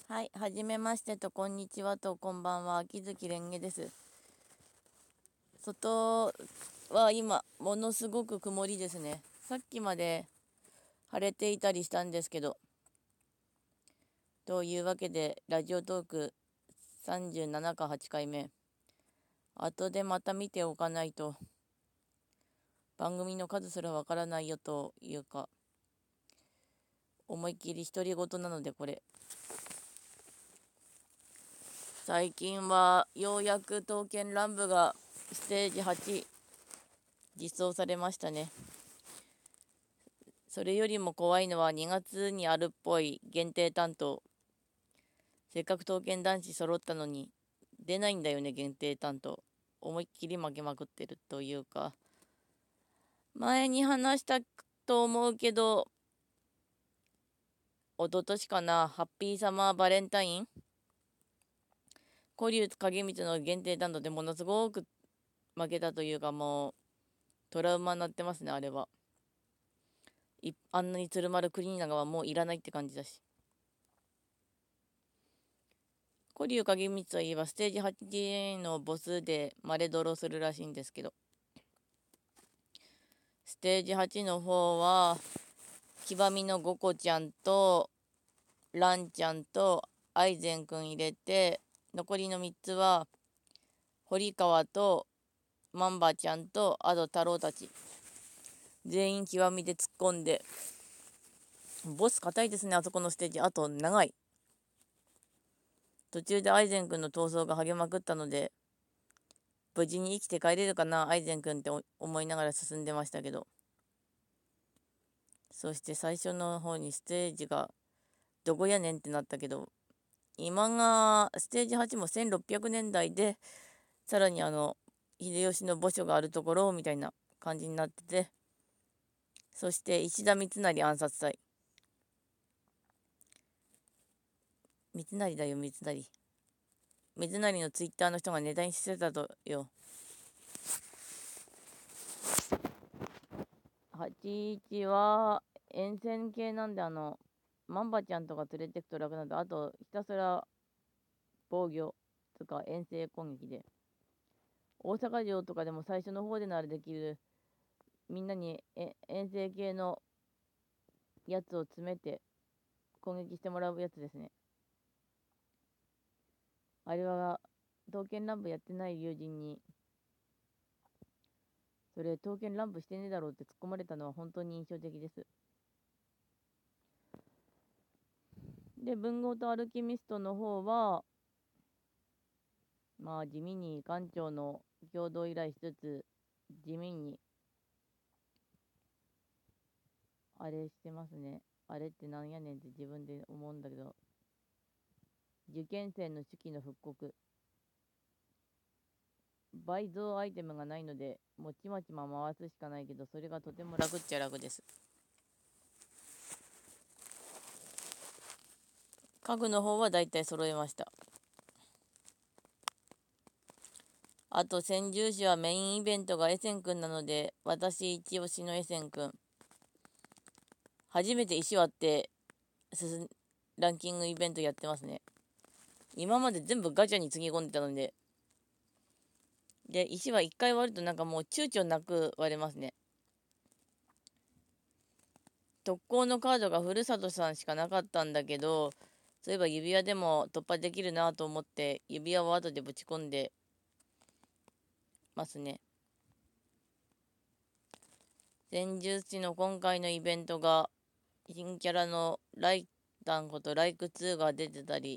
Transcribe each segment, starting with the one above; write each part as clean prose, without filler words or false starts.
はい、はじめましてと、こんにちはと、こんばんは。秋月蓮華です。外は今、ものすごく曇りですね。さっきまで晴れていたりしたんですけど、というわけで、ラジオトーク37か8回目。後でまた見ておかないと、番組の数すらわからないよというか、思いっきり独り言なので、これ。最近は、ようやく刀剣乱舞がステージ8実装されましたね。それよりも怖いのは2月にあるっぽい限定担当。せっかく刀剣男子揃ったのに出ないんだよね、限定担当。思いっきり負けまくってるというか、前に話したと思うけど、一昨年かな、ハッピーサマーバレンタイン古竜影光の限定担当でものすごく負けたというか、もうトラウマになってますね、あれは。あんなに鶴丸クリーナーはもういらないって感じだし。古竜影光といえばステージ8のボスでマレドロするらしいんですけど、ステージ8の方は、黄ばみのゴコちゃんと、ランちゃんと、アイゼンくん入れて、残りの3つは、堀川と、マンバちゃんと、あと太郎たち。全員極みで突っ込んで、ボス硬いですね、あそこのステージ。あと長い。途中でアイゼンくんの逃走が励まくったので、無事に生きて帰れるかな、アイゼンくんって思いながら進んでましたけど。そして最初の方にステージがどこやねんってなったけど、今がステージ8も1600年代で、さらに秀吉の墓所があるところみたいな感じになってて、そして石田三成暗殺隊。三成だよ、三成。三成のツイッターの人がネタにしてたとよ。81は沿線系なんで、マンバちゃんとか連れてくと楽なんで、あとひたすら防御とか遠征攻撃で。大阪城とかでも最初の方でならできる、みんなに遠征系のやつを詰めて攻撃してもらうやつですね。あれは、刀剣乱舞やってない友人に、それ刀剣乱舞してねえだろうって突っ込まれたのは本当に印象的です。で、文豪とアルキミストの方は、まあ地味に館長の共同依頼しつつ、地味にあれしてますね。あれってなんやねんって自分で思うんだけど、受験生の手記の復刻。倍増アイテムがないので、もうちまちま回すしかないけど、それがとても楽っちゃ楽です。家具の方はだいたい揃えました。あと、先住士はメインイベントがエセンくんなので、私一押しのエセンくん。初めて石割ってランキングイベントやってますね。今まで全部ガチャにつぎ込んでたので。で、石は一回割るとなんかもう躊躇なく割れますね。特攻のカードがふるさとさんしかなかったんだけど、そういえば指輪でも突破できるなと思って、指輪を後でぶち込んでますね。前十士の今回のイベントが、新キャラのライタンことライク2が出てたり、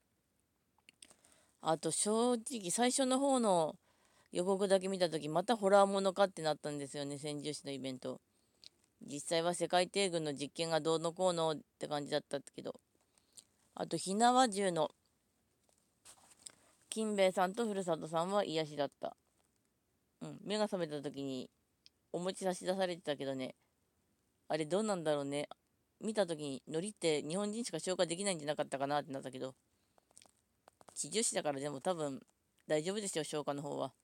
あと正直最初の方の予告だけ見たとき、またホラーものかってなったんですよね、先住士のイベント。実際は世界帝軍の実験がどうのこうのって感じだったけど、あと、火縄銃の金兵衛さんとふるさとさんは癒しだった。うん、目が覚めた時にお餅差し出されてたけどね、あれどうなんだろうね。見た時に、海苔って日本人しか消化できないんじゃなかったかなってなったけど、地樹士だからでも多分大丈夫ですよ、消化の方は。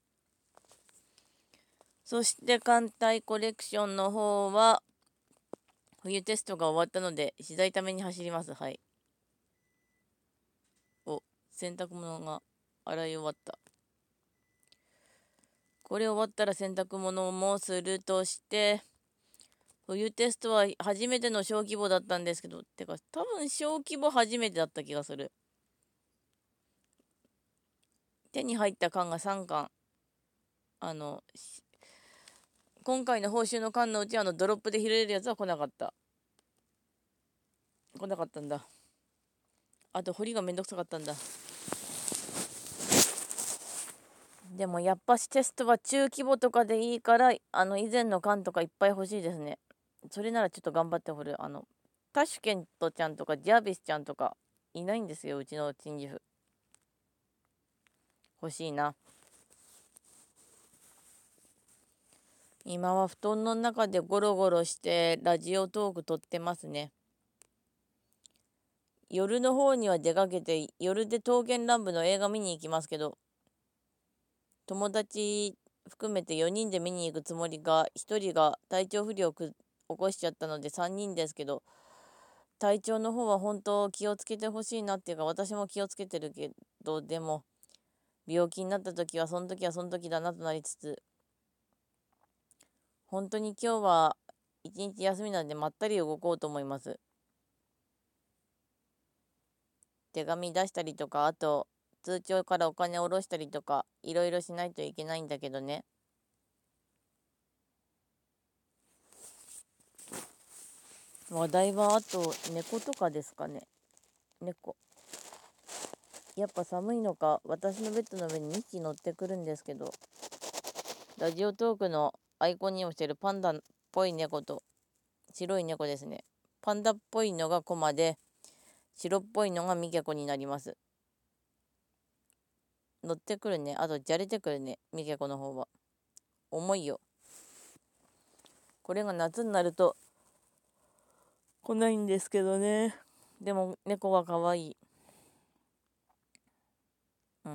そして艦隊コレクションの方は、冬テストが終わったので、次第ために走ります。はい。 洗濯物が洗い終わった。これ終わったら洗濯物もするとして、冬テストは初めての小規模だったんですけど、てか多分小規模初めてだった気がする。手に入った缶が3缶。今回の報酬の缶のうちドロップで拾えるやつは来なかった。来なかったんだ。あと、掘りがめんどくさかったんだ。でも、やっぱしテストは中規模とかでいいから、以前の缶とかいっぱい欲しいですね。それならちょっと頑張って掘る。タシュケントちゃんとか、ジャービスちゃんとか、いないんですよ、うちのチンジフ。欲しいな。今は布団の中でゴロゴロしてラジオトーク撮ってますね。夜の方には出かけて、夜で刀剣乱舞の映画見に行きますけど、友達含めて4人で見に行くつもりが、1人が体調不良を起こしちゃったので3人ですけど、体調の方は本当気をつけてほしいなっていうか、私も気をつけてるけど、でも、病気になった時はその時はその時だなとなりつつ、本当に今日は一日休みなんでまったり動こうと思います。手紙出したりとか、あと通帳からお金を下ろしたりとか、いろいろしないといけないんだけどね。話題はあと猫とかですかね。猫。やっぱ寒いのか、私のベッドの上に2匹乗ってくるんですけど、ラジオトークのアイコンにもしてるパンダっぽい猫と、白い猫ですね。パンダっぽいのがコマで、白っぽいのがミケコになります。乗ってくるね。あと、じゃれてくるね。ミケコの方は。重いよ。これが夏になると来ないんですけどね。でも、猫は可愛い。うん。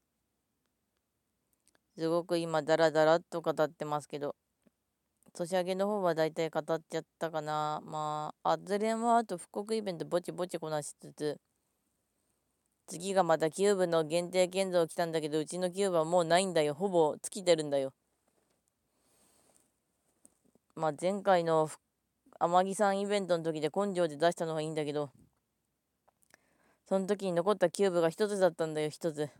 すごく今、ダラダラっと語ってますけど、年明けの方はだいたい語っちゃったかな。まあ、ズレンはあと復刻イベントぼちぼちこなしつつ、次がまたキューブの限定建造来たんだけど、うちのキューブはもうないんだよ。ほぼ尽きてるんだよ。まあ、前回の天城さんイベントの時で根性で出したのがいいんだけど、その時に残ったキューブが一つだったんだよ、一つ。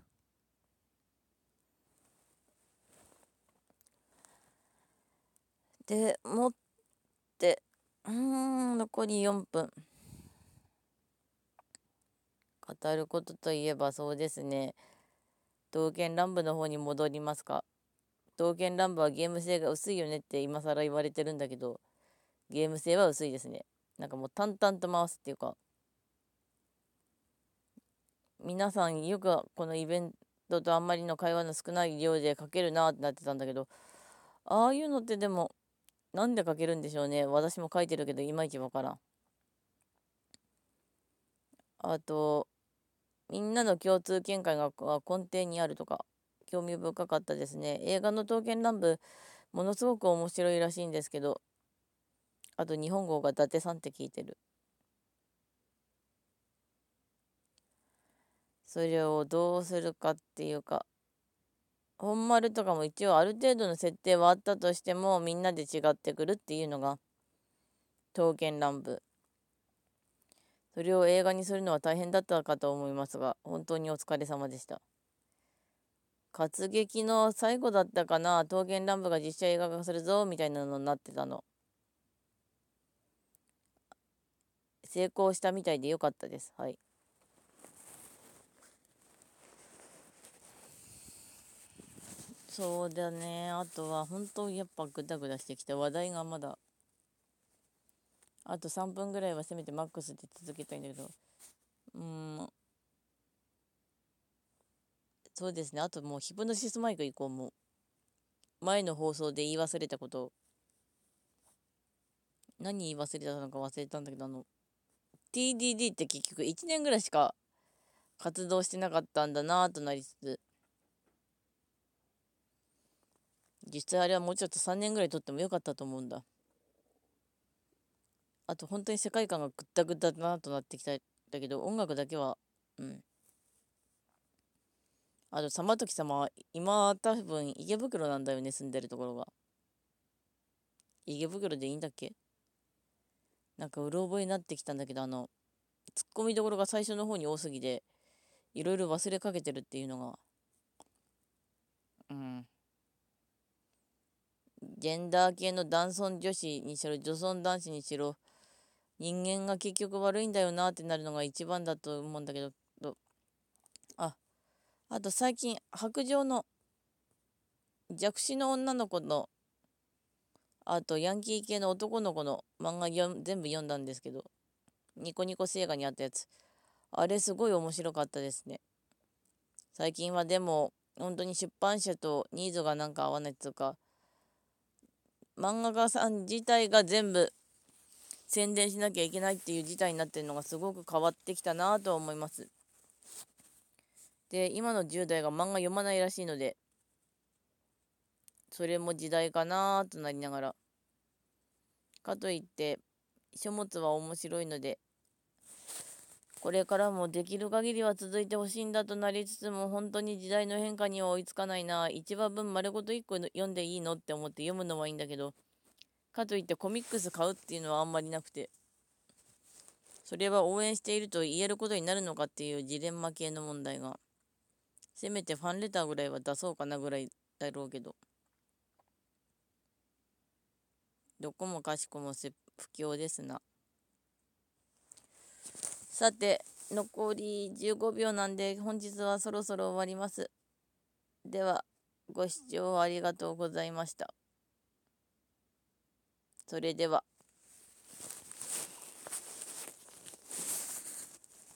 で、持って、残り4分。語ることといえばそうですね。刀剣乱舞の方に戻りますか。刀剣乱舞はゲーム性が薄いよねって今更言われてるんだけど、ゲーム性は薄いですね。なんかもう淡々と回すっていうか、皆さんよくこのイベントとあんまりの会話の少ない量で書けるなってなってたんだけど、ああいうのってでも、なんで書けるんでしょうね。私も書いてるけど、いまいちわからん。あと、みんなの共通見解が根底にあるとか、興味深かったですね。映画の刀剣乱舞、ものすごく面白いらしいんですけど、あと日本語が伊達さんって聞いてる。それをどうするかっていうか、本丸とかも一応ある程度の設定はあったとしても、みんなで違ってくるっていうのが、刀剣乱舞。それを映画にするのは大変だったかと思いますが、本当にお疲れ様でした。活劇の最後だったかな、刀剣乱舞が実写映画化するぞ、みたいなのになってたの。成功したみたいでよかったです。はい。そうだね。あとは本当やっぱグダグダしてきた話題がまだ、あと3分ぐらいはせめてマックスで続けたいんだけど、そうですね。あともうヒプノシスマイク以降も、前の放送で言い忘れたこと、何言い忘れたのか忘れたんだけど、TDD って結局1年ぐらいしか活動してなかったんだなぁとなりつつ、実際あれはもうちょっと3年ぐらい撮ってもよかったと思うんだ。あと本当に世界観がぐったぐっただなとなってきたんだけど、音楽だけは、うん。 あと、様時様は、今、多分、池袋なんだよね、住んでるところが。池袋でいいんだっけ？なんか、うろ覚えになってきたんだけど、ツッコミどころが最初の方に多すぎて、いろいろ忘れかけてるっていうのが、うん。ジェンダー系の男尊女子にしろ、女尊男子にしろ、人間が結局悪いんだよなってなるのが一番だと思うんだけど、あ、あと最近、白状の弱視の女の子の、あとヤンキー系の男の子の漫画全部読んだんですけど、ニコニコ星画にあったやつ。あれすごい面白かったですね。最近はでも、本当に出版社とニーズがなんか合わないっていうか、漫画家さん自体が全部宣伝しなきゃいけないっていう事態になってるのがすごく変わってきたなと思います。で、今の10代が漫画読まないらしいので、それも時代かなとなりながら。かといって、書物は面白いので、これからもできる限りは続いてほしいんだとなりつつも、本当に時代の変化には追いつかないな。1話分丸ごと1個読んでいいのって思って読むのはいいんだけど、かといってコミックス買うっていうのはあんまりなくて、それは応援していると言えることになるのかっていうジレンマ系の問題が、せめてファンレターぐらいは出そうかなぐらいだろうけど、どこもかしこも不況ですな。さて、残り15秒なんで本日はそろそろ終わります。では、ご視聴ありがとうございました。それでは。